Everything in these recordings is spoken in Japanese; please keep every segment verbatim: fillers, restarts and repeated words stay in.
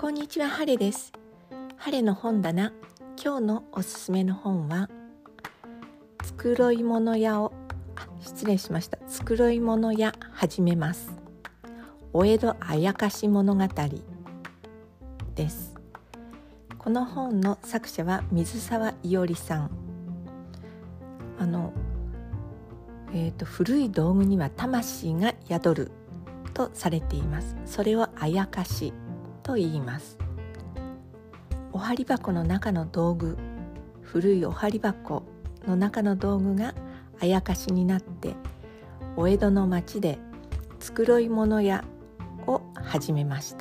こんにちは、ハレです。ハレの本棚。今日のおすすめの本は繕い物屋をあ失礼しました繕い物屋始めます、お江戸あやかし物語です。この本の作者は水沢伊織さん。あの、えーと、古い道具には魂が宿るとされています。それをあやかしと言います。お針箱の中の道具、古いお針箱の中の道具があやかしになって、お江戸の町で繕い物屋を始めました。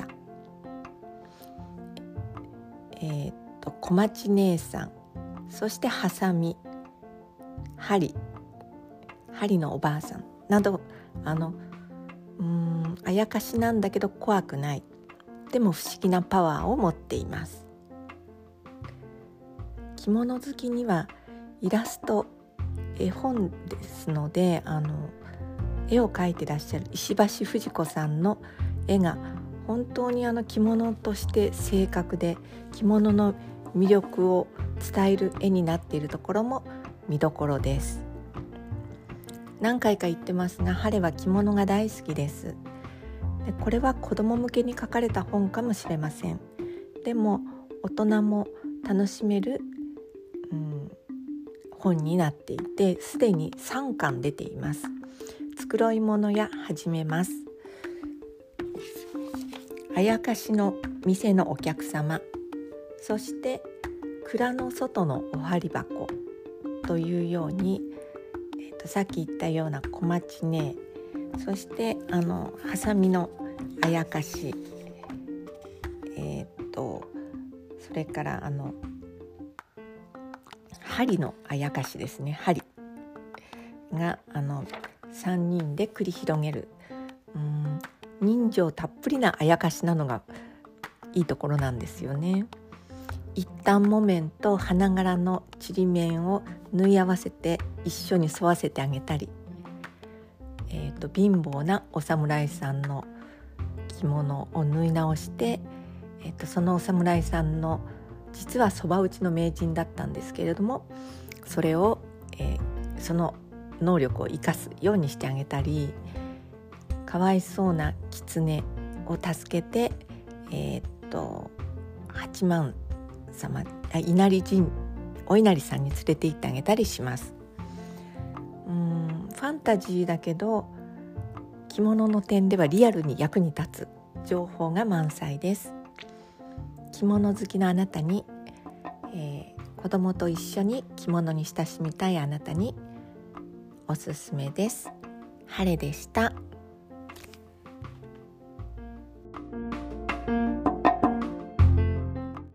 えー、と小町姉さん、そしてハサミ、針針のおばあさんなど、あのうーんあやかしなんだけど怖くない、でも不思議なパワーを持っています。着物好きにはイラスト、絵本ですので、あの絵を描いてらっしゃる石橋藤子さんの絵が本当にあの着物として正確で、着物の魅力を伝える絵になっているところも見どころです。何回か言ってますが、ハレは着物が大好きです。でこれは子供向けに書かれた本かもしれません。でも大人も楽しめる、うん、本になっていて、すでにさんかん出ています。繕い物屋始めます、あやかしの店のお客様、そして蔵の外のお針箱というように、えーと、さっき言ったような小町ね、そしてあのハサミのあやかし、えー、とそれからあの針のあやかしですね、針があのさんにんで繰り広げる、うーん人情たっぷりなあやかしなのがいいところなんですよね。一反木綿と花柄のちりめんを縫い合わせて一緒に沿わせてあげたり、えー、と貧乏なお侍さんの着物を縫い直して、えー、とそのお侍さんの実はそば打ちの名人だったんですけれども、それを、えー、その能力を生かすようにしてあげたり、かわいそうな狐を助けて、えー、っと八幡様、稲荷神お稲荷さんに連れて行ってあげたりします。うーんファンタジーだけど着物の点ではリアルに役に立つ情報が満載です。着物好きのあなたに、えー、子供と一緒に着物に親しみたいあなたにおすすめです。ハレでした。